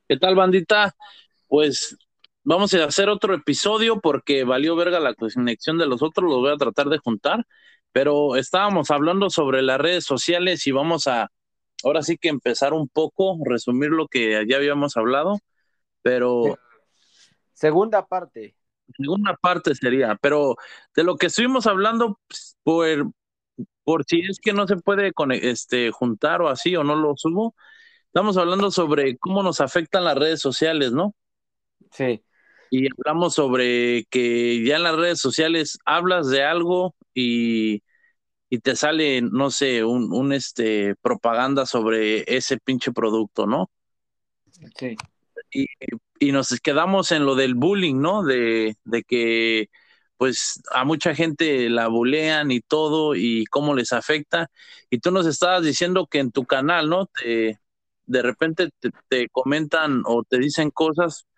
¿Qué tal, bandita? Pues vamos a hacer otro episodio porque valió verga la conexión de los otros, los voy a tratar de juntar, pero estábamos hablando sobre las redes sociales y vamos a, ahora sí que empezar un poco, resumir lo que ya habíamos hablado, pero Se- Segunda parte. segunda parte sería, pero de lo que estuvimos hablando, pues, por si es que no se puede juntar o así o no lo subo, estamos hablando sobre cómo nos afectan las redes sociales, ¿no? Sí. Y hablamos sobre que ya en las redes sociales hablas de algo y te sale, no sé, un propaganda sobre ese pinche producto, ¿no? Sí. Y, y nos quedamos en lo del bullying, ¿no? De que pues a mucha gente la bulean y todo y cómo les afecta. Y tú nos estabas diciendo que en tu canal, ¿no? De repente te comentan o te dicen cosas.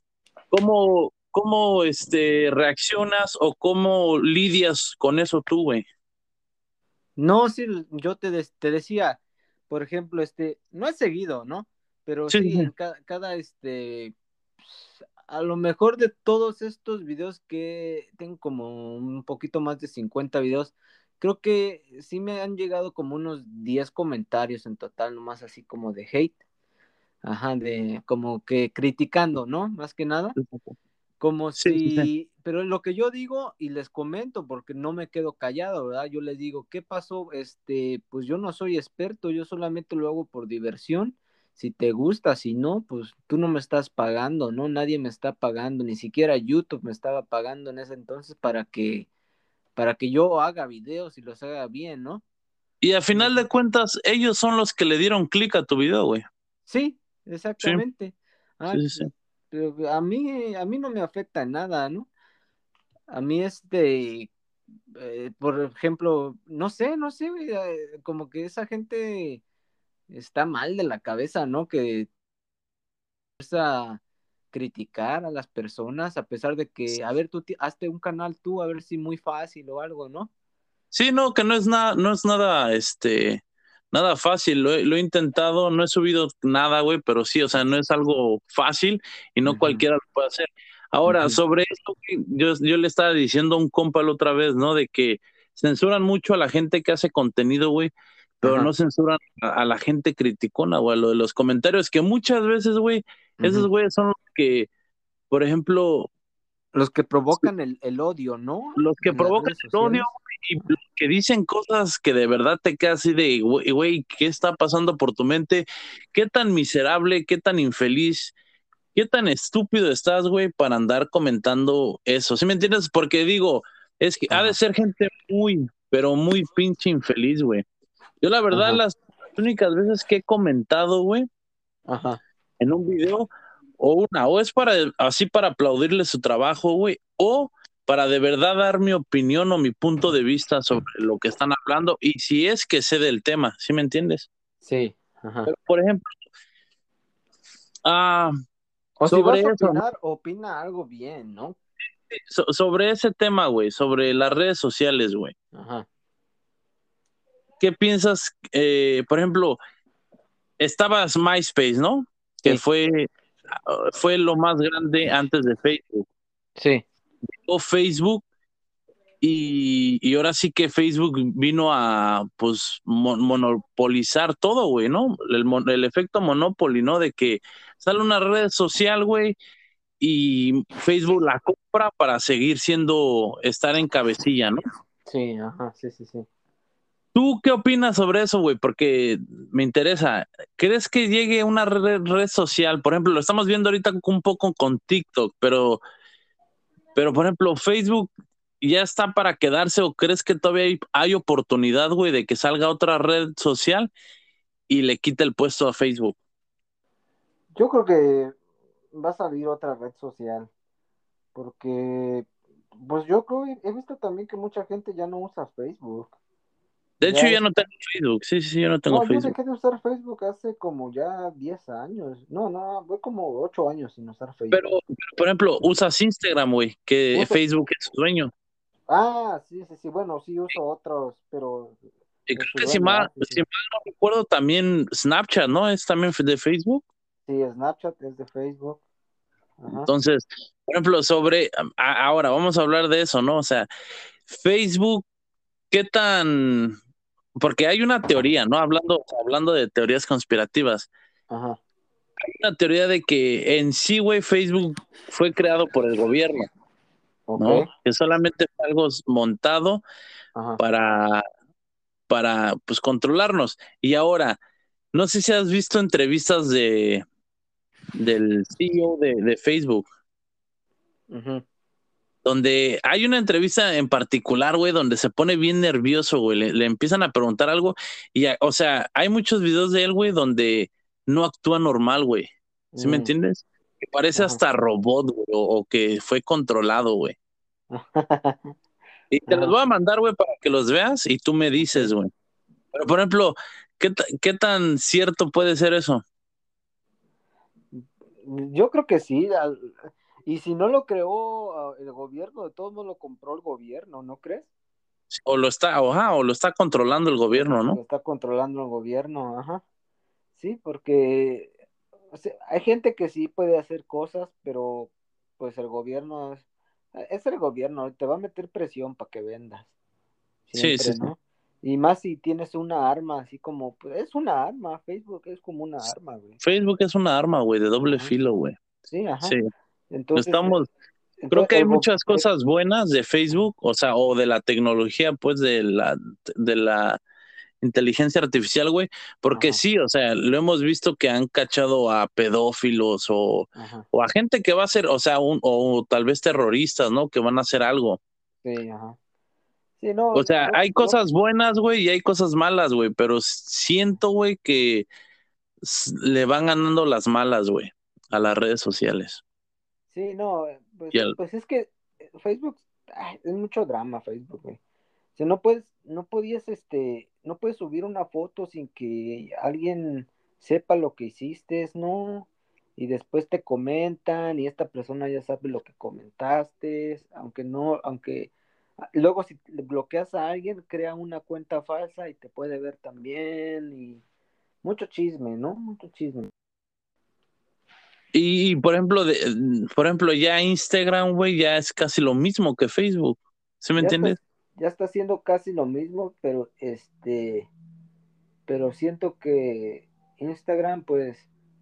¿Cómo reaccionas o cómo lidias con eso tú, güey? No, sí, yo te decía, por ejemplo, no es seguido, ¿no? Pero Sí, sí, sí, sí. en cada, a lo mejor de todos estos videos que tengo como un poquito más de 50 videos, creo que sí me han llegado como unos 10 comentarios en total, nomás así como de hate, ajá, de como que criticando, ¿no? Más que nada. Como Sí, sí, sí. si, pero lo que yo digo y les comento, porque no me quedo callado, ¿verdad? Yo les digo, ¿qué pasó? Pues yo no soy experto, yo solamente lo hago por diversión. Si te gusta, si no, pues tú no me estás pagando, ¿no? Nadie me está pagando, ni siquiera YouTube me estaba pagando en ese entonces para que yo haga videos y los haga bien, ¿no? Y a final de cuentas, ellos son los que le dieron clic a tu video, güey. Sí, Sí, exactamente. Ah, sí, sí, sí. pero a mí no me afecta en nada, ¿no? A mí por ejemplo, no sé, güey, como que esa gente está mal de la cabeza, ¿no? Que empieza a criticar a las personas a pesar de que, a ver, tú hazte un canal tú, a ver si muy fácil o algo, ¿no? Sí, no, que no es nada, no es nada, nada fácil. Lo he intentado, no he subido nada, güey, pero sí, o sea, no es algo fácil y no Ujú, cualquiera lo puede hacer. Ahora, ujú, sobre esto, güey, yo le estaba diciendo a un compa la otra vez, ¿no? De que censuran mucho a la gente que hace contenido, güey, pero ajá, no censuran a la gente criticona, güey, a lo de los comentarios, que muchas veces, güey, esos ujú. güeyes son los que, por ejemplo, Los que provocan el odio, ¿no? los que En las provocan redes el odio, sociales. güey, y los que dicen cosas que de verdad te quedas así de, güey, güey, ¿qué está pasando por tu mente? ¿Qué tan miserable, qué tan infeliz, qué tan estúpido estás, güey, para andar comentando eso? ¿Sí me entiendes? Porque digo, es que ha de Ajá, ser gente muy, pero muy pinche infeliz, güey. Yo la verdad, ajá, las únicas veces que he comentado, güey, ajá. en un video, o es para así para aplaudirle su trabajo, güey, o para de verdad dar mi opinión o mi punto de vista sobre lo que están hablando, y si es que sé del tema, ¿sí me entiendes? Sí, ajá. Pero, por ejemplo, ah, O si sobre vas a eso, ¿no? opinar, opina algo bien, ¿no? Sobre ese tema, güey, sobre las redes sociales, güey. Ajá, ¿Qué piensas? Por ejemplo, estabas MySpace, ¿no? Que sí, fue lo más grande antes de Facebook. sí, O Facebook. Y ahora sí que Facebook vino a pues monopolizar todo, güey, ¿no? El efecto Monopoly, ¿no? De que sale una red social, güey, y Facebook la compra para seguir estar en cabecilla, ¿no? sí, ajá, sí, sí, sí. ¿Tú qué opinas sobre eso, güey? Porque me interesa. ¿Crees que llegue una red social? Por ejemplo, lo estamos viendo ahorita un poco con TikTok, pero, por ejemplo, Facebook ya está para quedarse o crees que todavía hay oportunidad, güey, de que salga otra red social y le quite el puesto a Facebook? Yo creo que va a salir otra red social, porque, pues yo creo, he visto también que mucha gente ya no usa Facebook. De hecho, Ya ya es, no tengo Facebook. Sí, sí, sí, yo no tengo no, yo Facebook. dejé de usar Facebook hace como ya 10 años. No, no, voy como 8 años sin usar Pero, Facebook. por ejemplo, usas Instagram, güey, que Uso, Facebook es su dueño. sí, sí, sí, bueno, sí uso otros, pero Y de creo su que dueño, sí, sí. si mal no recuerdo, también Snapchat, ¿no? Es también de Facebook. Sí, Snapchat es de Facebook. Ajá, Entonces, por ejemplo, ahora vamos a hablar de eso, ¿no? O sea, Facebook, ¿qué tan? Porque hay una teoría, ¿no? Hablando de teorías conspirativas, ajá, hay una teoría de que en sí, güey, Facebook fue creado por el gobierno, ok, ¿no? Que solamente fue algo montado ajá, para, pues, controlarnos. Y ahora, no sé si has visto entrevistas del CEO de Facebook, ujú, donde hay una entrevista en particular, güey, donde se pone bien nervioso, güey, le empiezan a preguntar algo y, o sea, hay muchos videos de él, güey, donde no actúa normal, güey, ¿sí me mm, entiendes? Que parece ajá, hasta robot, güey, o que fue controlado, güey. Y te los ajá, voy a mandar, güey, para que los veas y tú me ok. dices, güey. Pero, por ejemplo, ¿qué tan cierto puede ser eso? Yo creo que sí. Y si no lo creó el gobierno, de todos modos lo compró el gobierno, ¿no crees? O lo está controlando el gobierno, ¿no? Lo está controlando el gobierno, ajá. Sí, porque o sea, hay gente que sí puede hacer cosas, pero pues el gobierno es el gobierno, te va a meter presión para que vendas, Sí, sí, siempre, sí. ¿no? Y más si tienes una arma, así como, pues es una arma, Facebook es como una arma, güey. Facebook es una arma, güey, de doble Ajá. filo, güey. Sí, Sí, ajá. Entonces, estamos, creo entonces que hay muchas cosas buenas de Facebook, o sea, o de la tecnología, pues, de la inteligencia artificial, güey, porque ajá, sí, o sea, lo hemos visto que han cachado a pedófilos ajá, o a gente que va a ser, o sea, o tal vez terroristas, ¿no? Que van a hacer algo. sí, ajá. Sí, no, O sea, hay cosas buenas, güey, y hay cosas malas, güey, pero siento, güey, que le van ganando las malas, güey, a las redes sociales. sí, no, Y al- pues es que Facebook, es mucho drama Facebook, güey. O sea, no puedes, no podías, no puedes subir una foto sin que alguien sepa lo que hiciste, ¿no? Y después te comentan y esta persona ya sabe lo que comentaste, aunque no, luego si le bloqueas a alguien, crea una cuenta falsa y te puede ver también y mucho chisme, ¿no? Mucho chisme. por ejemplo, ya Instagram, güey, ya es casi lo mismo que Facebook. ¿Sí me Ya está, entiendes? ya está haciendo casi lo mismo, pero pero siento que Instagram, pues,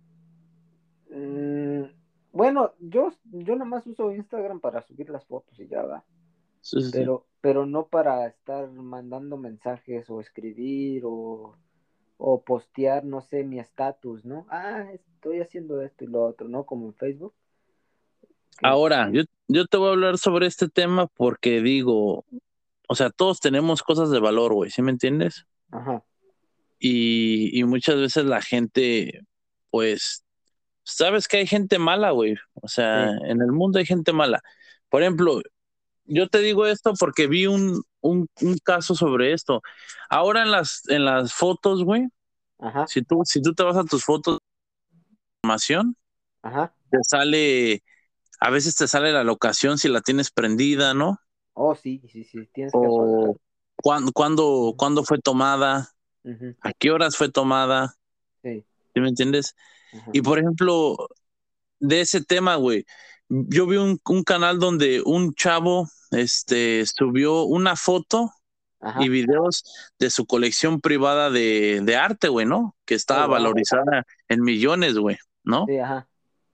mm, bueno, yo nomás uso Instagram para subir las fotos y ya va, Sí, sí, sí. pero no para estar mandando mensajes o escribir o postear, no sé, mi estatus, ¿no? Estoy haciendo esto y lo otro, ¿no? Como en Facebook. Ahora, yo te voy a hablar sobre este tema porque digo, o sea, todos tenemos cosas de valor, güey, ¿sí me entiendes? Ajá, Y muchas veces la gente, pues, sabes que hay gente mala, güey. O sea, sí, en el mundo hay gente mala. Por ejemplo, yo te digo esto porque vi un caso sobre esto. Ahora en las fotos, güey, ajá, si tú te vas a tus fotos de información, ajá. te sale, a veces te sale la locación si la tienes prendida, ¿no? Oh, sí, sí, sí, tienes que apagar. O cuándo fue tomada, Ujú, a qué horas fue tomada, sí, ¿sí me entiendes? ajá, Y por ejemplo, de ese tema, güey, yo vi un canal donde un chavo, subió una foto y ajá. videos de su colección privada de arte, güey, ¿no? Que Oh, estaba wow. valorizada en millones, güey, ¿no? Sí, ajá,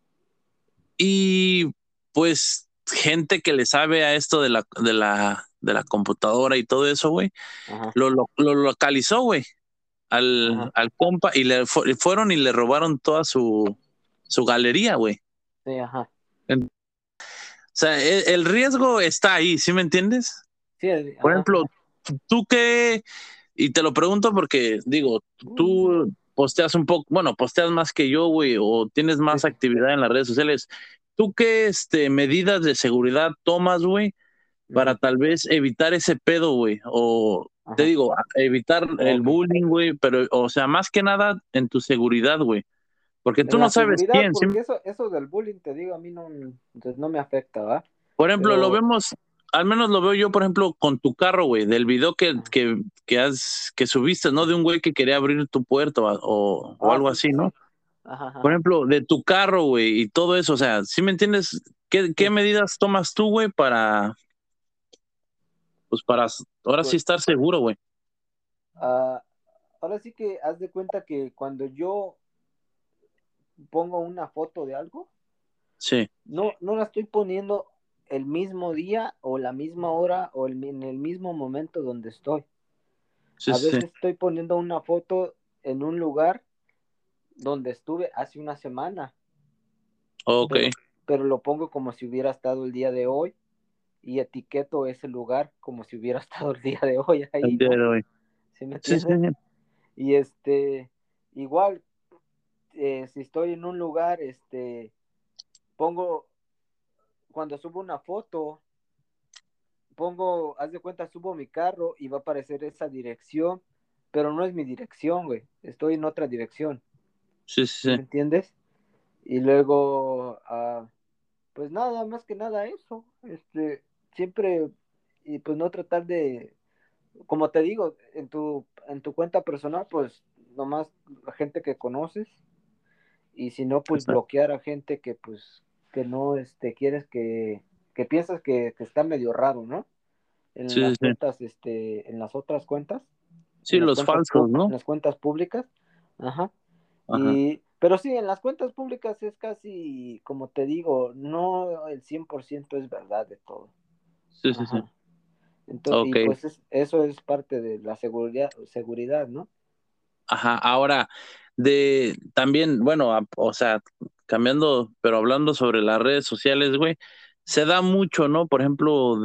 Y pues gente que le sabe a esto de la computadora y todo eso, güey, ajá, lo localizó, güey, al, ajá. al compa y fueron y le robaron toda su galería, güey. Sí, ajá. O sea, el riesgo está ahí, ¿sí me entiendes? Sí, Por ajá. ejemplo, tú qué, y te lo pregunto porque, digo, tú posteas un poco, bueno, posteas más que yo, güey, o tienes Sí, más sí. actividad en las redes sociales. ¿Tú qué, medidas de seguridad tomas, güey, para Ujú, tal vez evitar ese pedo, güey? O, te ajá. digo, evitar el Ok. bullying, güey, pero, o sea, más que nada en tu seguridad, güey, porque tú En no la sabes seguridad, quién, ¿sí? porque eso del bullying, te digo, a mí no, pues, no me afecta, ¿va? Por ejemplo, lo Pero, vemos, al menos lo veo yo, por ejemplo, con tu carro, güey, del video que, ah, que, que, has, que subiste, ¿no? De un güey que quería abrir tu puerta o algo sí, así, sí, ¿no? sí. Ajá, por ajá. ejemplo, de tu carro, güey, y todo eso, o sea, ¿sí me entiendes? ¿Qué Sí. medidas tomas tú, güey, pues para ahora sí Pues, estar seguro, güey? ah, ahora sí que haz de cuenta que cuando yo pongo una foto de algo, Sí, no la estoy poniendo el mismo día o la misma hora o en el mismo momento donde estoy. sí, A sí, sí. veces estoy poniendo una foto en un lugar donde estuve hace una semana, Ok, pero, pero lo pongo como si hubiera estado el día de hoy y etiqueto ese lugar como si hubiera estado el día de hoy ahí, el día ¿no? de hoy. ¿Sí me Sí, sí, entiendes? sí. Y igual, si estoy en un lugar, pongo, cuando subo una foto, haz de cuenta, subo mi carro y va a aparecer esa dirección, pero no es mi dirección, güey, estoy en otra dirección, Sí, sí, ¿sí sí. me entiendes? Y luego, pues nada, más que nada eso, siempre, y pues no tratar de, como te digo, en tu cuenta personal, pues nomás la gente que conoces, y si no, pues Está- bloquear a gente que pues, que no, quieres que piensas que está medio raro, ¿no? En Sí, sí, las sí. cuentas, en las otras cuentas, Sí, los falsos, en ¿no? las cuentas públicas, ajá. Ajá. Pero sí, en las cuentas públicas es casi, como te digo, no el 100% es verdad de todo. Sí, sí, sí. Ajá. Entonces, y Ok. pues eso es parte de la seguridad, ¿no? Ajá. Ahora, también, bueno, o sea, cambiando, pero hablando sobre las redes sociales, güey, se da mucho, ¿no? Por ejemplo,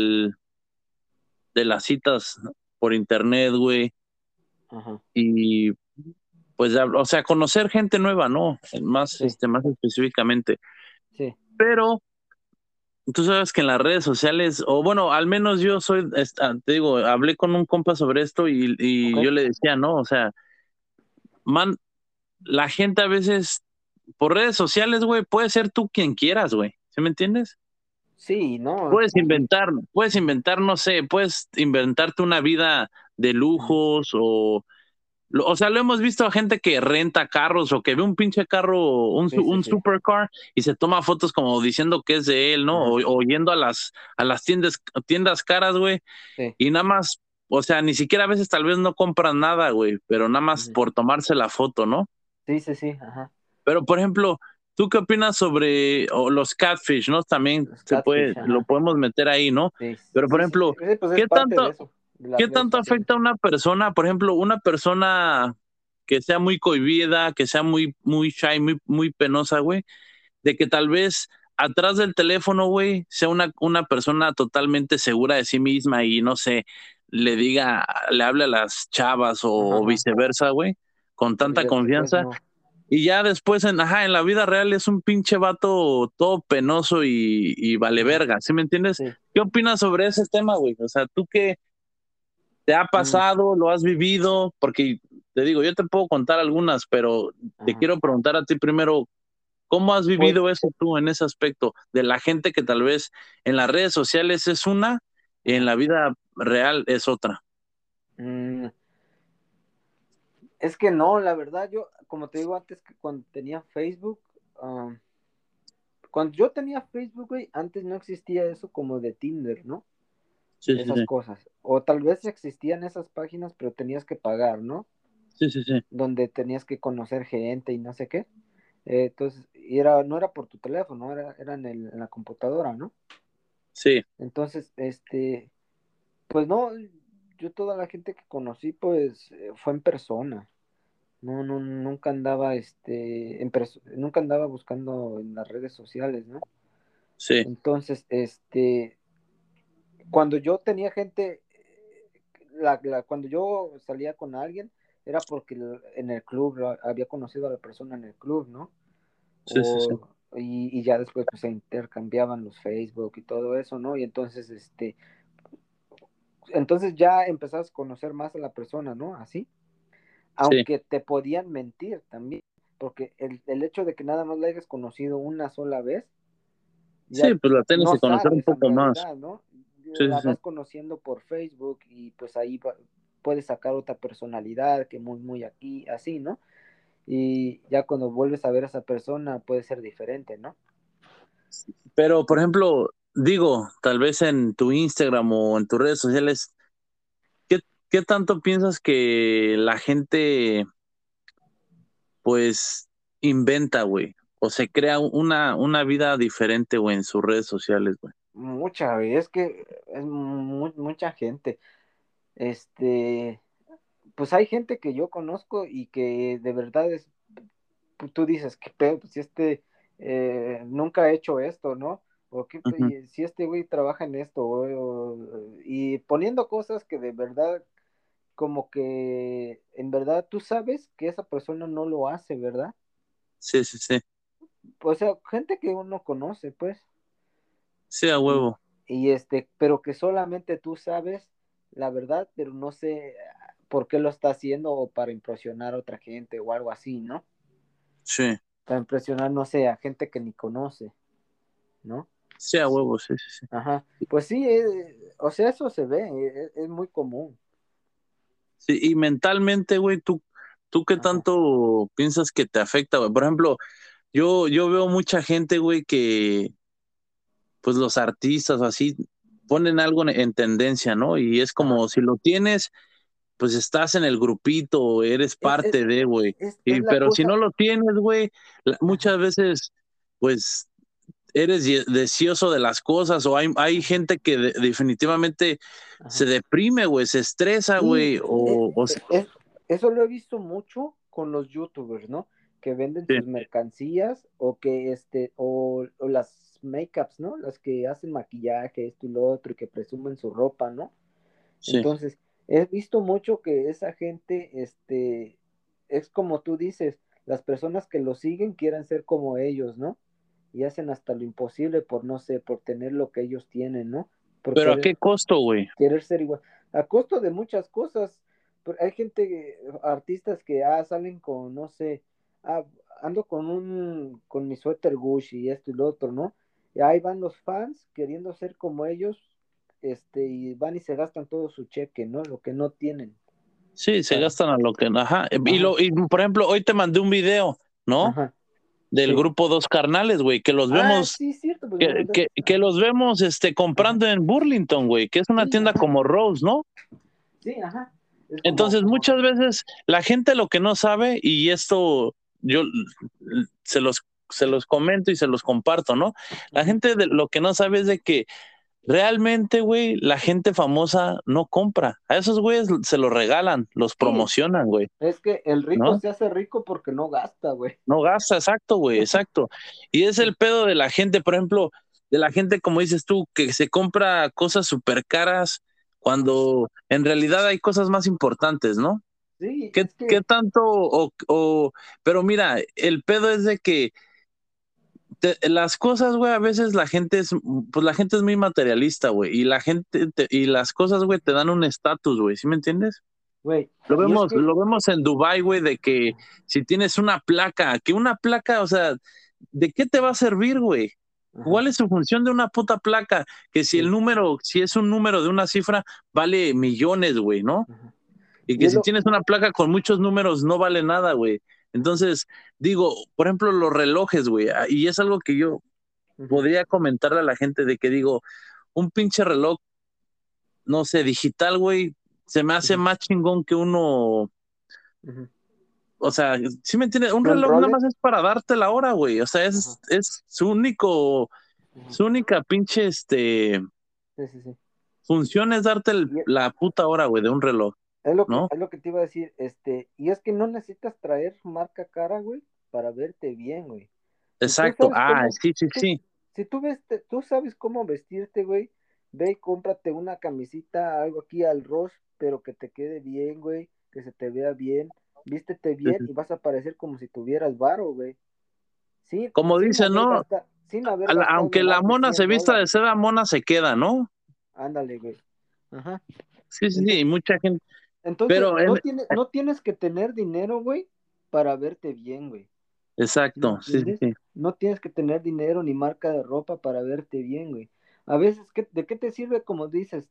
de las citas por internet, güey, Ajá. y pues, o sea, conocer gente nueva, ¿no? Sí, Más específicamente. sí. Pero tú sabes que en las redes sociales, o bueno, al menos yo soy, te digo, hablé con un compa sobre esto Ok. y yo le decía, ¿no? O sea, man, la gente a veces por redes sociales, güey, puede ser tú quien quieras, güey. ¿Sí me entiendes? Sí, no. Puedes inventar, no sé, puedes inventarte una vida de Ujú. lujos o sea, lo hemos visto a gente que renta carros o que ve un pinche carro, Sí, sí, un sí. supercar y se toma fotos como diciendo que es de él, ¿no? Ajá. O yendo a las tiendas caras, güey, Sí. y nada más, o sea, ni siquiera a veces tal vez no compran nada, güey, pero nada más Ujú. por tomarse la foto, ¿no? Sí, sí, sí. Ajá. Pero, por ejemplo, ¿tú qué opinas sobre los catfish, no? También Los catfish, lo ajá. podemos meter ahí, ¿no? Sí, Pero, por sí, sí, sí. ejemplo, Sí, pues es ¿qué parte de tanto, eso, de las qué redes tanto sociales. afecta a una persona, por ejemplo, una persona que sea muy cohibida, que sea muy shy, muy penosa, güey, de que tal vez atrás del teléfono, güey, sea una persona totalmente segura de sí misma y no sé, le hable a las chavas Ajá, o ajá. viceversa, güey, con Pero tanta ya después confianza no. y ya después en la vida real es un pinche vato todo penoso y vale Ajá. verga, ¿sí me entiendes? Sí. ¿Qué opinas sobre ese tema, güey? O sea, ¿tú qué te ha Mm, pasado? ¿Lo has vivido? Porque te digo, yo te puedo contar algunas, pero te ajá. quiero preguntar a ti primero, ¿cómo has Pues, vivido eso tú en ese aspecto de la gente que tal vez en las redes sociales es una y en ajá. la vida real es otra? Mm, es que no, la verdad, yo, como te digo antes, que cuando tenía Facebook, ah, cuando yo tenía Facebook, güey, antes no existía eso como de Tinder, ¿no? Sí, sí, Esas sí. cosas. O tal vez existían esas páginas, pero tenías que pagar, ¿no? Sí, sí, sí. Donde tenías que conocer gente y no sé qué. Entonces, no era por tu teléfono, era en la computadora, ¿no? Sí, Entonces, pues no, yo toda la gente que conocí, pues, fue en persona. No, no, nunca andaba, nunca andaba buscando en las redes sociales, ¿no? sí, Entonces, cuando yo tenía gente, cuando yo salía con alguien, era porque en el club había conocido a la persona en el club, ¿no? sí, sí, sí. Y ya después pues se intercambiaban los Facebook y todo eso, ¿no? Y entonces ya empezabas a conocer más a la persona, ¿no? Así, Sí, aunque te podían mentir también, porque el hecho de que nada más la hayas conocido una sola vez, sí, ya pues la tienes no que conocer un sabes en poco más. realidad, ¿no? Sí, sí, La sí. vas conociendo por Facebook y pues ahí puedes sacar otra personalidad que muy, muy aquí, así, ¿no? y ya cuando vuelves a ver a esa persona puede ser diferente, ¿no? Pero, por ejemplo, digo, tal vez en tu Instagram o en tus redes sociales, ¿qué, qué tanto piensas que la gente, pues, inventa, güey? O se crea una vida diferente, güey, en sus redes sociales, güey. Mucha, güey, es que es mucha gente. Este, pues hay gente que yo conozco y que de verdad es, pues, tú dices, que pedo, pues si nunca ha hecho esto, ¿no? O que Ujú. si este güey trabaja en esto, y poniendo cosas que de verdad, como que en verdad tú sabes que esa persona no lo hace, ¿verdad? Sí, sí, sí. O sea, gente que uno conoce, pues, Sí, a y, huevo. pero que solamente tú sabes la verdad, pero no sé por qué lo está haciendo o para impresionar a otra gente o algo así, ¿no? Sí. Para impresionar, no sé, a gente que ni conoce, ¿no? Sí, a huevo, sí, sí, sí. Ajá. Pues sí, o sea, eso se ve, es muy común. Sí, y mentalmente, güey, ¿tú qué Ajá. tanto piensas que te afecta, güey? Por ejemplo, yo veo mucha gente, güey, que, pues los artistas o así, ponen algo en tendencia, ¿no? Y es Ajá. como si lo tienes, pues estás en el grupito, eres Es, es, parte de, güey. es Y, la pero si no cosa. lo tienes, güey, Ajá. muchas veces, pues eres deseoso de las cosas o hay Ajá. gente que definitivamente se Ajá. deprime, güey, se estresa, Sí, güey, eso lo he visto mucho con los youtubers, ¿no? Que venden sí, sus mercancías o que o las makeups, ¿no? Las que hacen maquillaje, esto y lo otro, y que presumen su ropa, ¿no? sí. Entonces, he visto mucho que esa gente, es como tú dices, las personas que lo siguen quieren ser como ellos, ¿no? Y hacen hasta lo imposible por, no sé, por tener lo que ellos tienen, ¿no? Por Pero ¿a qué costo, güey? querer ser igual, a costo de muchas cosas. Pero hay gente, artistas que salen con, no sé, ah, ando con mi suéter Gucci y esto y lo otro, ¿no? Y ahí van los fans queriendo ser como ellos, y van y se gastan todo su cheque, ¿no? Lo que no tienen. Sí, se Para, gastan a lo que, ajá. ajá, Y por ejemplo, hoy te mandé un video, ¿no? ajá, Del sí. grupo Dos Carnales, güey, que los Ah, vemos, sí, cierto, pues me mandaste. que Ajá, los vemos, ajá, comprando en Burlington, güey, que es una sí, tienda ajá, como Rose, ¿no? sí, ajá. Es Entonces, muchas veces la gente lo que no sabe, y esto yo se los, se los comento y se los comparto, ¿no? La ajá. gente lo que no sabe es de que realmente, güey, la gente famosa no compra. A esos güeyes se los regalan, los Sí, promocionan, güey, es que el rico ¿no? se hace rico porque no gasta, güey. No gasta, exacto, güey, exacto. Y es el pedo de la gente, por ejemplo, de la gente, como dices tú, que se compra cosas súper caras Ajá. cuando en realidad hay cosas más importantes, ¿no? Sí, ¿Qué, es qué que, tanto? Pero mira, el pedo es de que las cosas, güey, a veces pues la gente es muy materialista, güey, y la gente, y las cosas, güey, te dan un estatus, güey, ¿sí me entiendes? güey, y es que, Lo vemos en Dubai, güey, de que si tienes una placa, que una placa, o sea, ¿de qué te va a servir, güey? ajá, ¿Cuál es su función de una puta placa? Que si sí, si es un número de una cifra, vale millones, güey, ¿no? ajá. Y Y que es si lo, tienes una placa con muchos números, no vale nada, güey. Entonces, digo, por ejemplo, los relojes, güey, y es algo que yo ujú, podría comentarle a la gente de que digo, un pinche reloj, no sé, digital, güey, se me hace ujú, más chingón que uno. ujú. O sea, ¿sí me entiendes? Un ¿Que un reloj nada más Rolex? es para darte la hora, güey. O sea, Ajá, es ajá. su única pinche, Sí, sí, sí. función es darte Y la puta hora, güey, de un reloj, ¿no? es lo que te iba a decir, y es que no necesitas traer marca cara, güey, para verte bien, güey. Si tú Exacto. sabes Ah, cómo, sí, sí, tú, sí. si tú sabes cómo vestirte, güey, ve y cómprate una camisita, algo aquí al Ross, pero que te quede bien, güey, que se te vea bien, vístete Sí, bien sí. y vas a parecer como si tuvieras varo, güey. Sí, Como dicen, ¿no? sin haber gastado Aunque la más de mona se 100 vista de dólares. seda, mona se queda, ¿no? Ándale, güey. Ajá. Sí, sí, sí, y Entonces, mucha gente. entonces Pero, no tienes que tener dinero, güey, para verte bien, güey. ¿Sí me exacto, sí, sí, entiendes? sí. No tienes que tener dinero ni marca de ropa para verte bien, güey. A veces, ¿de qué te sirve, como dices,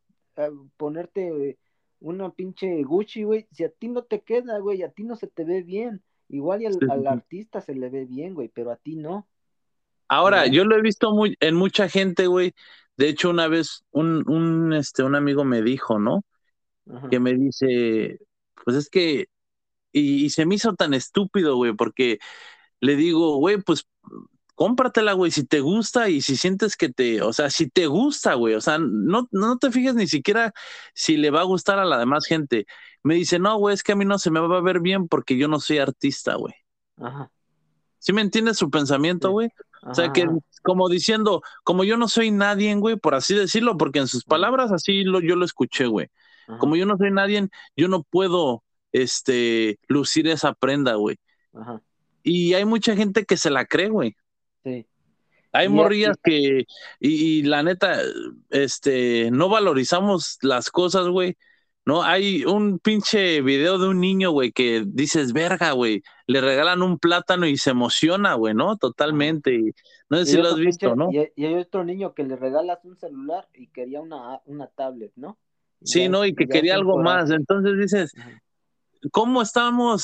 ponerte una pinche Gucci, güey? Si a ti no te queda, güey, a ti no se te ve bien. Igual y Sí, sí, al sí. artista se le ve bien, güey, pero a ti no, Ahora, ¿verdad? yo lo he visto en mucha gente, güey. De hecho, una vez un amigo me dijo, ¿no? Ajá. Que me dice, pues es que, y se me hizo tan estúpido, güey, porque le digo, güey, pues cómpratela, güey, si te gusta y si sientes que o sea, si te gusta, güey, o sea, no te fijes ni siquiera si le va a gustar a la demás gente. Me dice, no, güey, es que a mí no se me va a ver bien porque yo no soy artista, güey. Ajá. ¿Sí me entiendes su pensamiento, Sí. güey? O sea, Ajá, que ajá. como diciendo, como yo no soy nadie, güey, por así decirlo, porque en sus Ajá. palabras así yo lo escuché, güey. Ajá. Como yo no soy nadie, yo no puedo, lucir esa prenda, güey. Ajá. Y hay mucha gente que se la cree, güey. Sí. Hay Y, morrillas y la neta, no valorizamos las cosas, güey. No, hay un pinche video de un niño, güey, que dices, verga, güey, le regalan un plátano y se emociona, güey, ¿no? ajá. Totalmente. Y no sé Y si hay lo has otro visto, pinche, ¿no? y hay otro niño que le regalas un celular y quería una tablet, ¿no? Sí, ¿no? Y que Ya es quería un algo más. coraje. Entonces dices, Ajá. ¿cómo estamos,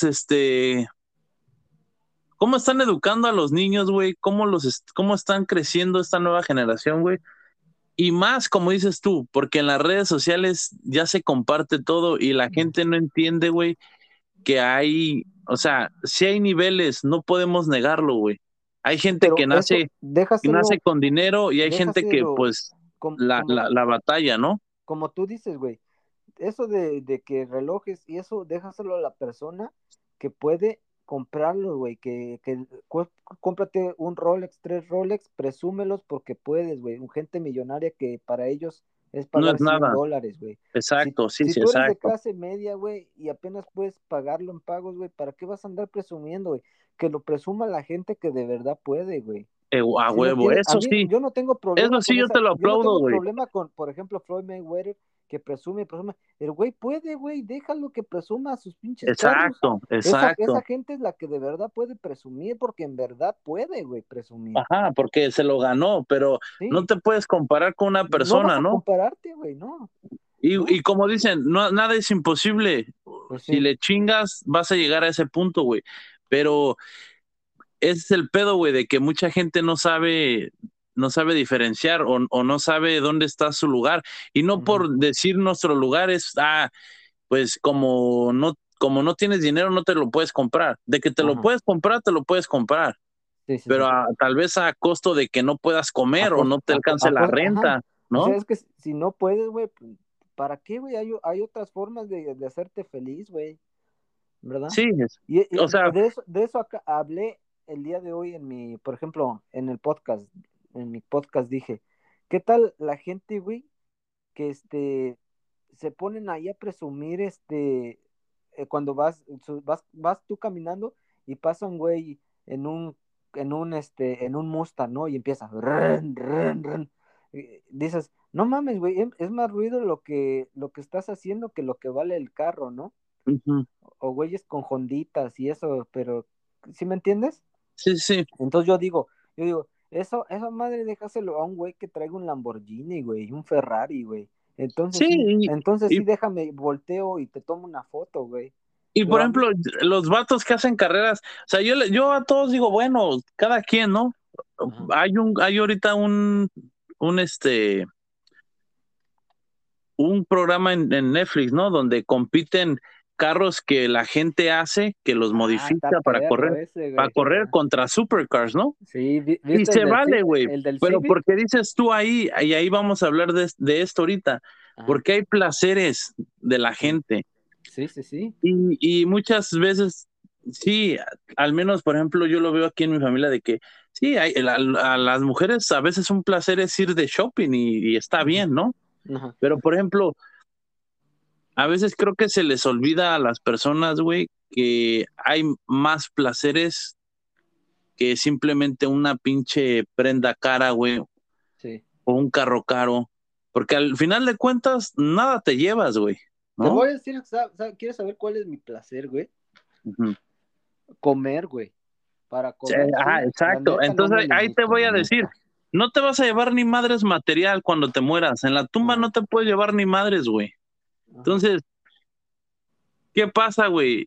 cómo están educando a los niños, güey? ¿Cómo están creciendo esta nueva generación, güey? Y más, como dices tú, porque en las redes sociales ya se comparte todo y la gente no entiende, güey, que hay, o sea, si hay niveles, no podemos negarlo, güey. Hay Sí, gente pero eso, que nace con dinero y hay gente que, déjaselo pues, la como, batalla, ¿no? como tú dices, güey. Eso de que relojes y eso, déjaselo a la persona que puede comprarlo, güey. Cómprate un Rolex, 3 Rolex, presúmelos porque puedes, güey. Un gente millonaria que para ellos es No pagar es cien nada. dólares, güey. Si, Exacto, sí, si sí, tú eres de exacto. clase media, güey, y apenas puedes pagarlo en pagos, güey, ¿para qué vas a andar presumiendo, güey? Que lo presuma la gente que de verdad puede, güey. A ¿Sí me huevo, entiendes? A mí, yo no tengo problema eso con sí yo te esa, lo yo no aplaudo, tengo güey. problema con, por ejemplo, Floyd Mayweather, que presume. El güey puede, güey, déjalo que presuma sus pinches carros. Exacto, Esa exacto. gente es la que de verdad puede presumir, porque en verdad puede, güey, presumir. Ajá, porque se lo ganó, pero no Sí, te puedes comparar con una no vas persona, a ¿no? compararte, güey, no, Y no, como dicen, no, nada es imposible. pues Si sí, le chingas, vas a llegar a ese punto, güey. Pero ese es el pedo, güey, de que mucha gente no sabe diferenciar o no sabe dónde está su lugar. Y no ujú, por decir nuestro lugar es, pues como no tienes dinero, no te lo puedes comprar. De que te lo ajá, puedes comprar, te lo puedes comprar. sí, sí, Pero sí. tal vez a costo de que no puedas A comer o costa, no te alcance la ajá. renta, O sea, ¿no? es que si no puedes, güey, pues, ¿para qué, güey? Hay otras formas de hacerte feliz, güey. ¿Verdad? Sí, Y o sea, de eso hablé el día de hoy por ejemplo, en mi podcast dije, ¿qué tal la gente, güey, que se ponen ahí a presumir, cuando vas tú caminando y pasa un güey en en un Mustang, ¿no? Y empieza, "Run, run, run". Y dices, no mames, güey, es más ruido lo que estás haciendo que lo que vale el carro, ¿no? ujú. O güeyes con honditas y eso, pero ¿sí me entiendes? Sí, sí, Entonces yo digo, esa madre déjaselo a un güey que traiga un Lamborghini, güey, un Ferrari, güey. sí, Entonces y, sí déjame volteo y te tomo una foto, güey. y por Pero a mí, ejemplo, los vatos que hacen carreras, o sea, yo a todos digo, bueno, cada quien, ¿no? ajá. Hay ahorita un programa en Netflix, ¿no? Donde compiten carros que la gente hace, que los Está modifica perro ese, para güey. correr Ajá. contra supercars, ¿no? Sí, Y ¿viste se vale, güey. el del Pero Civic? porque dices tú ahí, y ahí vamos a hablar de esto ahorita, Ajá. porque hay placeres de la Sí, gente. sí, sí, sí. Y muchas veces, sí, al menos, por ejemplo, yo lo veo aquí en mi familia de que, sí, a las mujeres a veces un placer es ir de shopping y está Ajá. bien, ¿no? Ajá. Pero, por ejemplo, a veces creo que se les olvida a las personas, güey, que hay más placeres que simplemente una pinche prenda cara, güey, Sí. o un carro caro, porque al final de cuentas nada te llevas, güey, Te ¿no? voy a decir, ¿quieres saber cuál es mi placer, güey? Ujú. Comer, güey. Para Sí, comer, ajá, sí, la exacto. neta no me Entonces ahí te limito, voy la a decir, neta. no te vas a llevar ni madres material cuando te mueras. En la tumba no Ajá, te puedes llevar ni madres, güey. ajá, Entonces, ¿qué pasa, güey?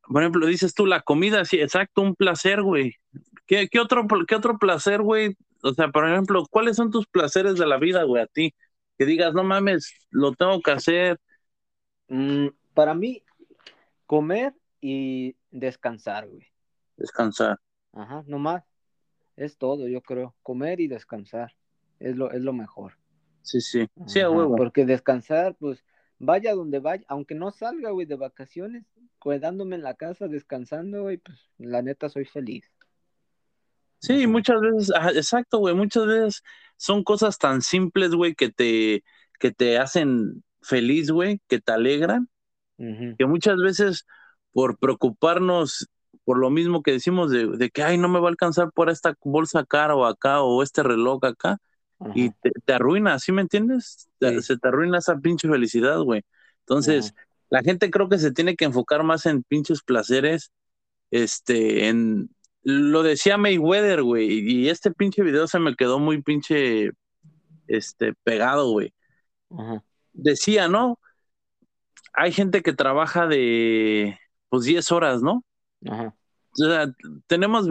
por ejemplo, dices tú, la comida, sí, exacto, un placer, güey. ¿Qué otro placer, güey? O sea, por ejemplo, ¿cuáles son tus placeres de la vida, güey, a ti? Que digas, no mames, lo tengo que hacer, Para mí, comer y descansar, güey. descansar. Ajá, nomás. Es todo, yo creo. Comer y descansar. Es lo mejor. Sí, sí, sí, a Ajá, huevo. porque descansar, pues, vaya donde vaya, aunque no salga, güey, de vacaciones, quedándome en la casa descansando, güey, pues, la neta soy feliz. Sí, Ajá. muchas veces, ajá, exacto, güey, muchas veces son cosas tan simples, güey, que te hacen feliz, güey, que te alegran, Ujú, que muchas veces por preocuparnos por lo mismo que decimos de que, ay, no me va a alcanzar por esta bolsa cara o acá o este reloj acá, y ajá, te arruina, ¿sí me entiendes? sí, Se te arruina esa pinche felicidad, güey. ajá, Entonces, la gente creo que se tiene que enfocar más en pinches placeres, en lo decía Mayweather, güey, y este pinche video se me quedó muy pinche, pegado, güey. ajá, Decía, ¿no? Hay gente que trabaja pues 10 horas, ¿no? ajá, O sea, tenemos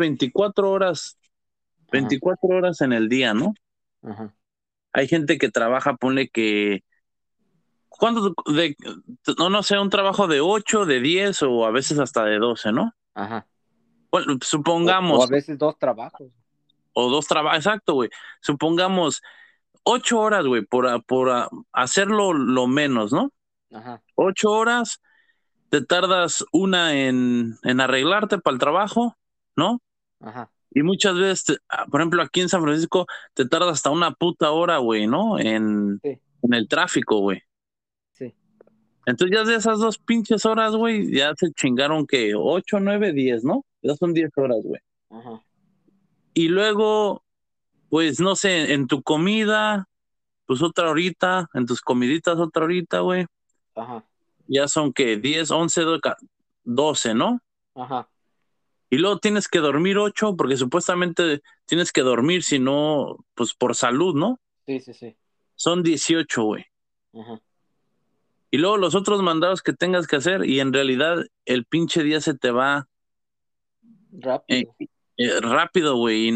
24 horas en el día, ¿no? ajá, Hay gente que trabaja, ponle que, ¿cuánto no, no sé, un trabajo de 8 de 10 o a veces hasta de 12, ¿no? ajá. Bueno, O a supongamos, veces dos trabajos. o dos trabajos, exacto, güey. Supongamos 8 horas, güey, por hacerlo lo menos, ¿no? Ajá, 8 horas, te tardas una en arreglarte para el trabajo, ¿no? ajá, Y muchas veces, por ejemplo, aquí en San Francisco, te tardas hasta una puta hora, güey, ¿no? sí, En el tráfico, güey. sí, Entonces ya de esas dos pinches horas, güey, ya se chingaron que 8, 9, 10, ¿no? Ya son 10 horas, güey. ajá, Y luego, pues no sé, en tu comida, pues otra horita, en tus comiditas otra horita, güey. ajá, Ya son que 10, 11, 12, ¿no? ajá, Y luego tienes que dormir 8 porque supuestamente tienes que dormir, si no, pues por salud, ¿no? sí, sí, sí, Son 18, güey. ajá, Y luego los otros mandados que tengas que hacer y en realidad el pinche día se te va eh, rápido, rápido, güey,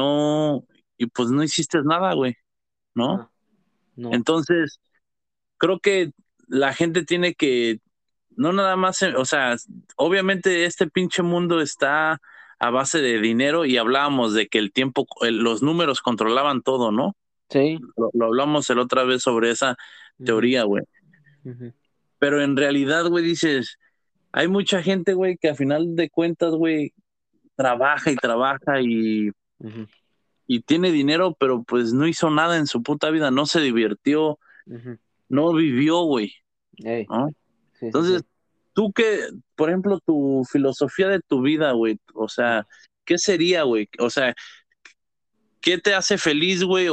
y pues no hiciste nada, güey, ¿no? ajá, no, Entonces, creo que la gente tiene que, no nada más, o sea, obviamente este pinche mundo está a base de dinero y hablábamos de que el tiempo, los números controlaban todo, ¿no? sí, Lo hablamos el otra vez sobre esa ujú, teoría, güey. ujú, Pero en realidad, güey, dices, hay mucha gente, güey, que a final de cuentas, güey, trabaja y trabaja ujú, y tiene dinero, pero pues no hizo nada en su puta vida, no se divirtió, ujú, no vivió, güey, ey, ¿no? sí, sí, Entonces, sí, tú qué, por ejemplo, tu filosofía de tu vida, güey, o sea, ajá. ¿qué sería, güey? O sea, ¿qué te hace feliz, güey?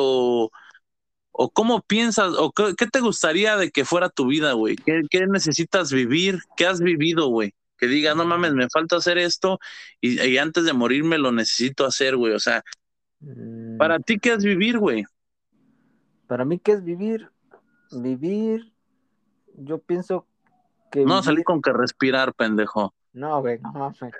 O cómo piensas, o qué te gustaría de que fuera tu vida, güey? ¿Qué necesitas vivir? ¿Qué has vivido, güey? Que digas, no mames, me falta hacer esto y antes de morirme lo necesito hacer, güey. O sea, Mm, ¿para ti qué es vivir, güey? para mí, ¿qué es vivir? Vivir, yo pienso que No salí vivir, con que respirar, pendejo. no, güey, no mames.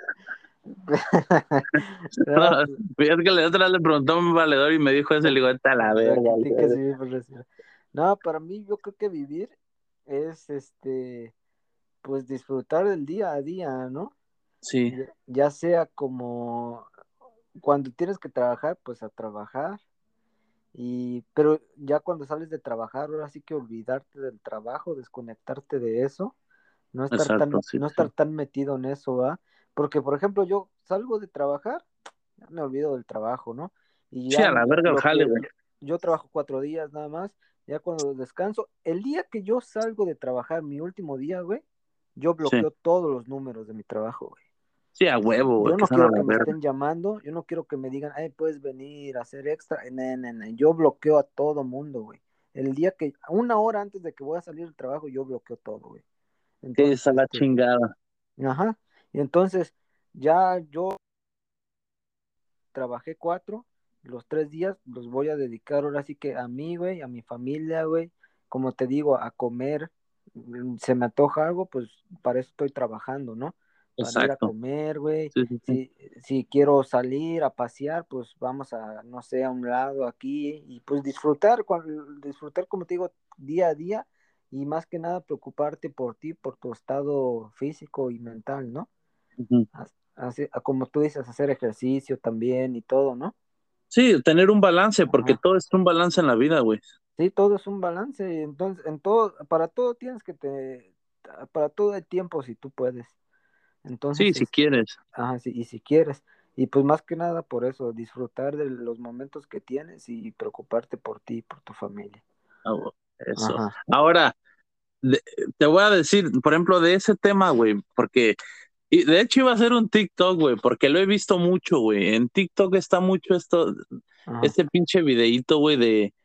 No, pues, Fíjate que la otra vez le preguntó a un valedor y me dijo eso y le digo, está la o sea, verga. que tiene que vivir por respirar. No, para mí, yo creo que vivir es, pues disfrutar del día a día, ¿no? Sí, Ya sea como cuando tienes que trabajar, pues a trabajar. Pero ya cuando sales de trabajar, ahora sí que olvidarte del trabajo, desconectarte de eso, exacto, sí, no sí. estar tan metido en eso, ¿va? Porque, por ejemplo, yo salgo de trabajar, ya me olvido del trabajo, ¿no? Y Sí, ya a la verga el jale, güey. yo trabajo 4 días nada más, ya cuando descanso, el día que yo salgo de trabajar, mi último día, güey, yo Sí, bloqueo todos los números de mi trabajo, güey. sí, a huevo, güey, Yo que no son a quiero la que me verga. estén llamando, yo no quiero que me digan, ay, puedes venir a hacer extra. No, no, no. Yo bloqueo a todo mundo, güey. El día que, una hora antes de que voy a salir del trabajo, yo bloqueo todo, güey. Sí, Entonces, esa la chingada. ajá. Y entonces, ya yo trabajé 4, los 3 días los voy a dedicar ahora sí que a mí, güey, a mi familia, güey. Como te digo, a comer. Se me antoja algo, pues para eso estoy trabajando, ¿no? para ir a exacto. comer, güey. Sí, sí, sí. Si quiero salir a pasear, pues vamos a, no sé, a un lado aquí y pues disfrutar, disfrutar, como te digo, día a día y más que nada preocuparte por ti, por tu estado físico y mental, ¿no? Ujú. Así, como tú dices, hacer ejercicio también y todo, ¿no? Sí, tener un balance, porque Ajá. todo es un balance en la vida, güey. Sí, todo es un balance, entonces, en todo, para todo tienes para todo hay tiempo si tú puedes. Sí, Entonces, si quieres. ajá, sí, y si quieres, y pues más que nada por eso, disfrutar de los momentos que tienes y preocuparte por ti y por tu familia. Ah, eso. Ajá, Ahora, de- te voy a decir, por ejemplo, de ese tema, güey, porque, y de hecho iba a hacer un TikTok, güey, porque lo he visto mucho, güey. En TikTok está mucho ajá, este pinche videíto, güey,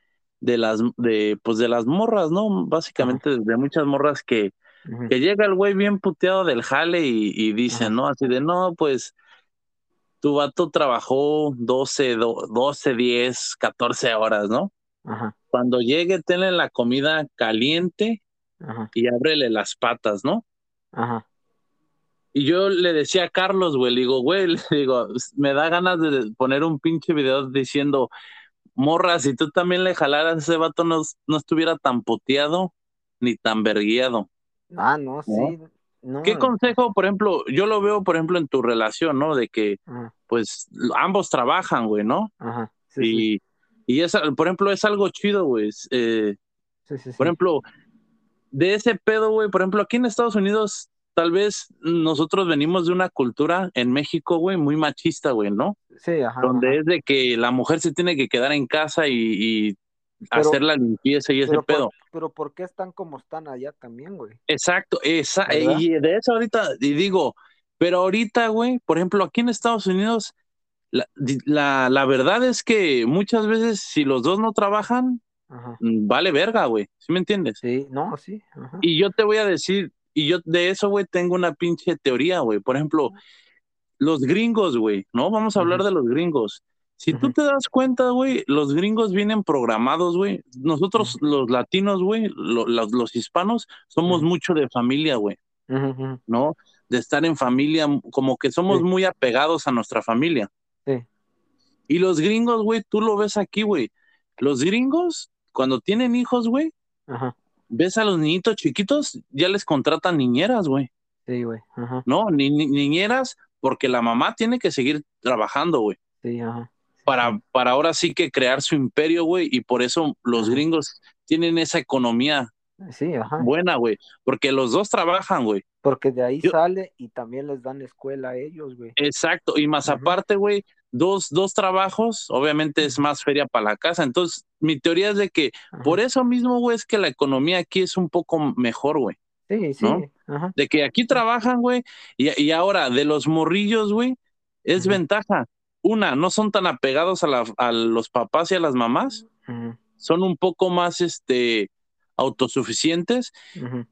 pues de las morras, ¿no? ajá, Básicamente de muchas morras ujú, que llega el güey bien puteado del jale y dicen, ajá, ¿no? Así de, no, pues tu vato trabajó 12, 10, 14 horas, ¿no? ajá, Cuando llegue, tenle la comida caliente ajá, y ábrele las patas, ¿no? ajá, Y yo le decía a Carlos, güey, le digo, güey, le digo, me da ganas de poner un pinche video diciendo, morra, si tú también le jalaras, ese vato no estuviera tan puteado ni tan verguiado, ah, no, ¿no? sí, no, ¿Qué consejo, por ejemplo, yo lo veo, por ejemplo, en tu relación, ¿no? De que, ajá, pues, ambos trabajan, güey, ¿no? ajá, sí, sí, Y, por ejemplo, es algo chido, güey. sí, sí, Por sí, ejemplo, de ese pedo, güey, por ejemplo, aquí en Estados Unidos, tal vez nosotros venimos de una cultura en México, güey, muy machista, güey, ¿no? sí, ajá, Donde ajá, es de que la mujer se tiene que quedar en casa y hacer pero, la limpieza y ese pedo. pero ¿por qué están como están allá también, güey? Exacto, ¿Verdad? y de eso ahorita, y digo, pero ahorita, güey, por ejemplo, aquí en Estados Unidos, la verdad es que muchas veces si los dos no trabajan, Ajá, vale verga, güey, ¿sí me entiendes? sí, no, sí, ajá, Y yo te voy a decir, y yo de eso, güey, tengo una pinche teoría, güey. Por ejemplo, los gringos, güey, ¿no? Vamos a hablar ujú, de los gringos. Si tú ujú, te das cuenta, güey, los gringos vienen programados, güey. ujú, Nosotros, los latinos, güey, los hispanos, somos ujú, mucho de familia, güey, ujú, ujú, ¿no? De estar en familia, como que somos sí, muy apegados a nuestra familia. sí, Y los gringos, güey, tú lo ves aquí, güey. Los gringos, cuando tienen hijos, güey, ajá, ves a los niñitos chiquitos, ya les contratan niñeras, güey. sí, güey, ajá, No, niñeras, porque la mamá tiene que seguir trabajando, güey, sí, ajá, sí, sí, para ahora sí que crear su imperio, güey, y por eso los ajá, gringos tienen esa economía sí, ajá, buena, güey, porque los dos trabajan, güey. porque de ahí Yo, sale y también les dan escuela a ellos, güey. exacto, y más Ujú, aparte, güey, dos trabajos, obviamente es ujú, más feria para la casa. Entonces, mi teoría es de que por ajá, eso mismo, güey, es que la economía aquí es un poco mejor, güey, sí, ¿no? sí, ajá, De que aquí trabajan, güey, y ahora de los morrillos, güey, es ujú, ventaja. Una, no son tan apegados a los papás y a las mamás, ujú, son un poco más autosuficientes. ujú,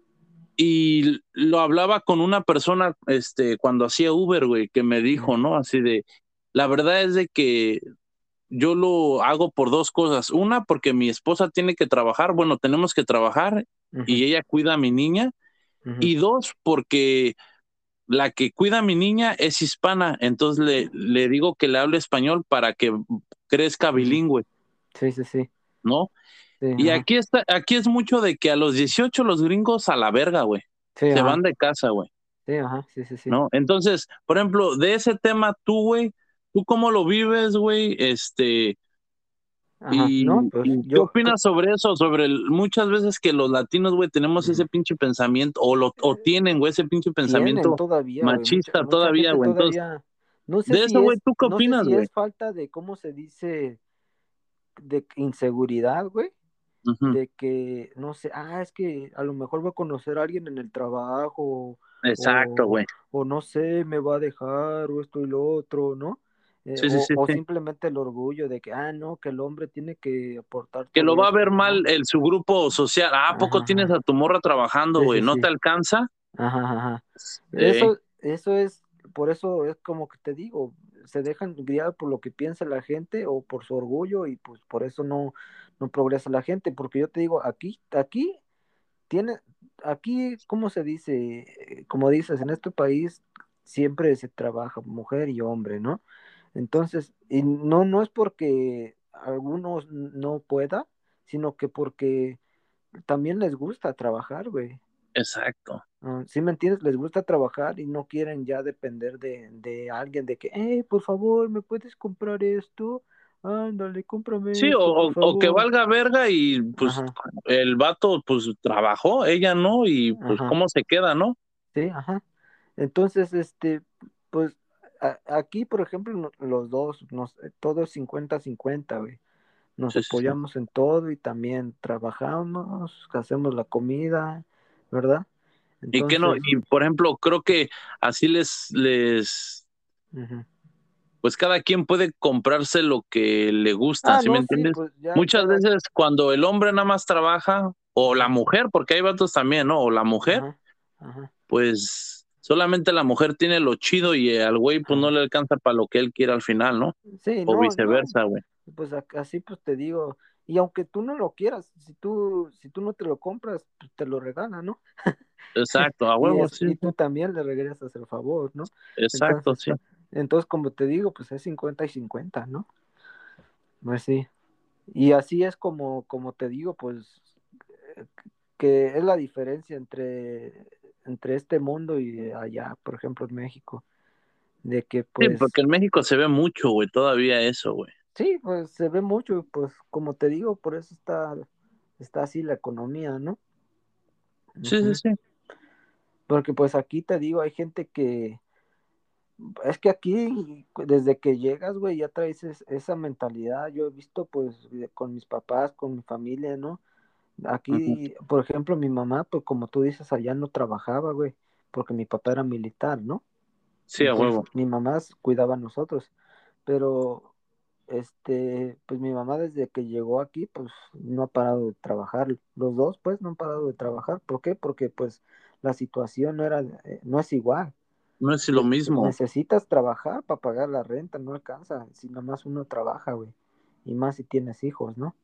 Y lo hablaba con una persona cuando hacía Uber, güey, que me ujú, dijo, ¿no? Así de, la verdad es de que yo lo hago por dos cosas. Una, porque mi esposa tiene que trabajar, bueno, tenemos que trabajar ujú, y ella cuida a mi niña. ujú, Y dos, porque la que cuida a mi niña es hispana, entonces le digo que le hable español para que crezca ujú, bilingüe, sí, sí, sí, ¿no? sí, Y ajá, aquí es mucho de que a los 18 los gringos a la verga, güey. sí, Se van ajá, de casa, güey, sí, ajá, sí, sí, sí. ¿no? Entonces, por ejemplo, de ese tema tú, güey, ¿tú cómo lo vives, güey? Ajá, no, pues ¿Y qué opinas sobre eso? Sobre muchas veces que los latinos, güey, tenemos ujú, ese pinche pensamiento, o tienen, güey, ese pinche tienen pensamiento todavía, güey, machista mucha todavía, gente güey. Entonces, todavía, no sé de si eso, güey, es, ¿tú qué no sé opinas, si güey? es falta de, ¿cómo se dice? De inseguridad, güey, Ujú. de que, no sé, es que a lo mejor voy a conocer a alguien en el trabajo, Exacto, o, güey. o no sé, me va a dejar, o esto y lo otro, ¿no? Sí, sí, sí, O sí. simplemente el orgullo de que, no, que el hombre tiene que aportar Que lo todo va a esto, ver mal ¿no? su grupo social. ¿A Ajá, poco tienes ajá, a tu morra trabajando, sí, güey? sí, ¿No te sí, alcanza? ajá, ajá. Sí. Eso es, por eso es como que te digo, se dejan guiar por lo que piensa la gente o por su orgullo y pues por eso no progresa la gente, porque yo te digo, aquí tiene, aquí, ¿cómo se dice? Como dices, en este país siempre se trabaja mujer y hombre, ¿no? Entonces, y no es porque algunos no pueda, sino que porque también les gusta trabajar, güey. Exacto. ¿Sí me entiendes? Les gusta trabajar y no quieren ya depender de alguien, de que, por favor, ¿me puedes comprar esto? Ándale, cómprame Sí, esto, por o que favor. valga verga y pues Ajá, el vato pues trabajó, ella no, y pues ajá, cómo se queda, ¿no? sí, ajá. Entonces, pues aquí, por ejemplo, los dos, todos 50-50, güey. Nos Sí, sí, sí. apoyamos en todo y también trabajamos, hacemos la comida, ¿verdad? Y que no, Entonces, y por ejemplo, creo que así ujú. pues cada quien puede comprarse lo que le gusta, ¿sí me No, sí, entiendes? pues ya Muchas cada, veces cuando el hombre nada más trabaja, o la ajá, mujer, porque hay vatos también, ¿no? O la mujer, ajá, ajá, pues solamente la mujer tiene lo chido y al güey pues no ajá. le alcanza para lo que él quiere al final, ¿no? Sí, O no, viceversa, güey. pues así pues te digo, y aunque tú no lo quieras, si tú no te lo compras, pues te lo regala, ¿no? Exacto, a Y, huevo, es, sí, y sí. tú también le regresas el favor, ¿no? Exacto, Entonces, sí. como te digo, pues es 50-50, ¿no? Pues sí. Y así es como te digo, pues eh, que es la diferencia entre este mundo y allá, por ejemplo, en México, de que Sí, pues porque en México se ve mucho, güey, todavía eso, güey. sí, pues se ve mucho, y pues como te digo, por eso está así la economía, ¿no? Sí, sí, Ujú. sí. Porque pues aquí te digo, hay gente que, es que aquí desde que llegas, güey, ya traes esa mentalidad. Yo he visto pues con mis papás, con mi familia, ¿no? Ujú. Aquí, por ejemplo, mi mamá, pues como tú dices, allá no trabajaba, güey, porque mi papá era militar, ¿no? Sí, a Entonces, huevo. mi mamá cuidaba a nosotros, pero, pues mi mamá desde que llegó aquí, pues no ha parado de trabajar. Los dos, pues, no han parado de trabajar. ¿Por qué? Porque, pues, la situación no es igual. No es lo mismo. Necesitas trabajar para pagar la renta, no alcanza si nomás uno trabaja, güey. Y más si tienes hijos, ¿no?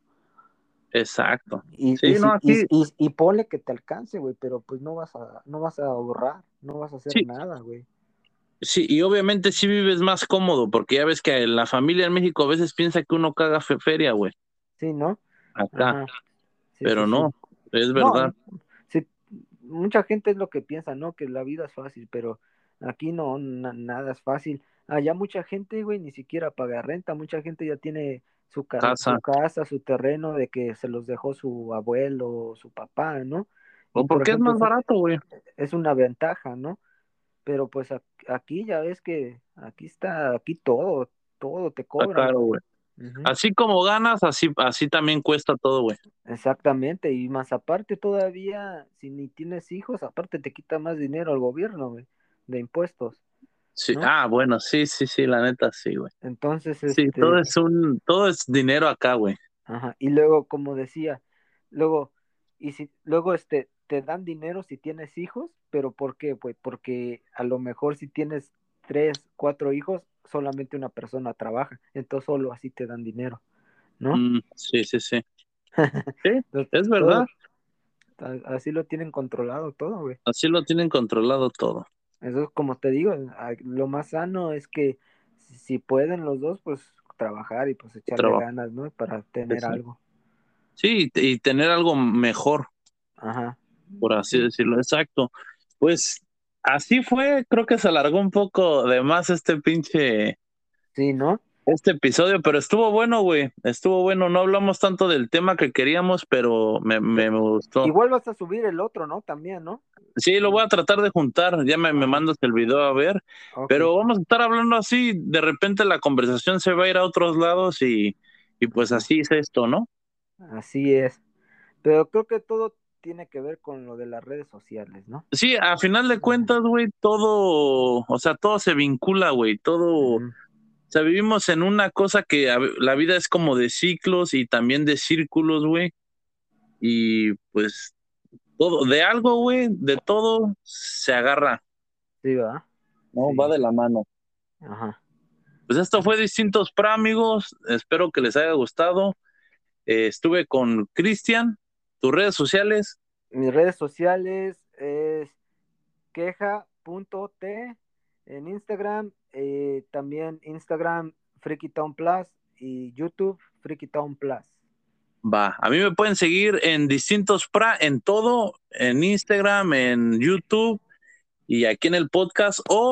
Exacto. Y, y, Sí, no, si, y, aquí, y, y ponle que te alcance, güey, pero pues no vas a ahorrar, no vas a hacer sí, nada, güey. sí, y obviamente sí vives más cómodo, porque ya ves que la familia en México a veces piensa que uno caga feria, güey, Sí, ¿no? acá, Ajá, sí, sí, pero sí. no, es verdad. No, sí, mucha gente es lo que piensa, ¿no? Que la vida es fácil, pero aquí no, nada es fácil. Allá mucha gente, güey, ni siquiera paga renta, mucha gente ya tiene su Casa, casa, su terreno de que se los dejó su abuelo o su papá, ¿no? Y o por porque es ejemplo, más barato, güey, es una ventaja, ¿no? Pero pues aquí ya ves que aquí todo te está cobran. caro, güey. Ujú. Así como ganas, así también cuesta todo, güey. Exactamente, y más aparte todavía, si ni tienes hijos, aparte te quita más dinero al gobierno, güey, de impuestos, Sí, ¿no? bueno, sí, sí, sí, la neta, sí, güey. Entonces, Sí, todo es dinero acá, güey. ajá, y luego, como decía, luego, luego, te dan dinero si tienes hijos, pero ¿por qué, güey? Porque a lo mejor si tienes 3, 4 hijos, solamente una persona trabaja, entonces solo así te dan dinero, ¿no? Sí, sí, sí. Sí, Entonces, es verdad. así lo tienen controlado todo, güey. Así lo tienen controlado todo. Eso es como te digo, lo más sano es que si pueden los dos, pues trabajar y pues echarle Trabajo. ganas, ¿no? Para Sí, tener sí. algo. Sí, y tener algo mejor, Ajá. por así Sí, decirlo. Exacto. Pues así fue, creo que se alargó un poco de más sí, ¿no? este episodio, pero estuvo bueno, güey. Estuvo bueno. No hablamos tanto del tema que queríamos, pero Pe- me gustó. Igual vas a subir el otro, ¿no? También, ¿no? Sí, lo voy a tratar de juntar. Ya me Ajá. mandas el video a ver. Ok. Pero vamos a estar hablando así. De repente la conversación se va a ir a otros lados y pues Ajá. así es esto, ¿no? Así es. Pero creo que todo tiene que ver con lo de las redes sociales, ¿no? Sí, a final de Ajá. cuentas, güey, todo, o sea, todo se vincula, güey, todo, o Ujú. sea, vivimos en una cosa que la vida es como de ciclos y también de círculos, güey, y pues todo, de algo, güey, de todo se agarra, Sí, ¿verdad? ¿no? Va Sí. de la mano. Ajá. Pues esto fue Distintos para Amigos, espero que les haya gustado. Estuve con Cristian, tus redes sociales. Mis redes sociales es queja.t en Instagram, también Instagram Freaky Town Plus y YouTube Freaky Town Plus. Va, a mí me pueden seguir en distintos en todo, en Instagram, en YouTube y aquí en el podcast o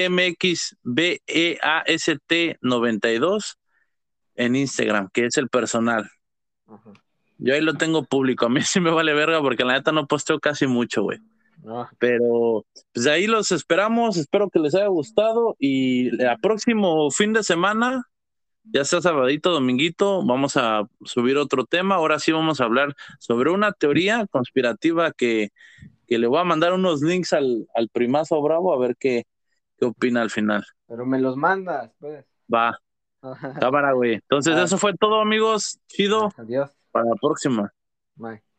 CDMXBEAST92 en Instagram, que es el personal. Ajá. Yo ahí lo tengo público, a mí sí me vale verga porque la neta no posteo casi mucho, güey. Ah, Pero pues ahí los esperamos, espero que les haya gustado y el próximo fin de semana, ya sea sabadito, dominguito, vamos a subir otro tema. Ahora sí vamos a hablar sobre una teoría conspirativa que le voy a mandar unos links al primazo Bravo a ver qué opina al final. pero me los mandas, pues. Va, cámara, güey. Entonces Ah, eso fue todo, amigos. Chido, adiós. para la próxima. Bye.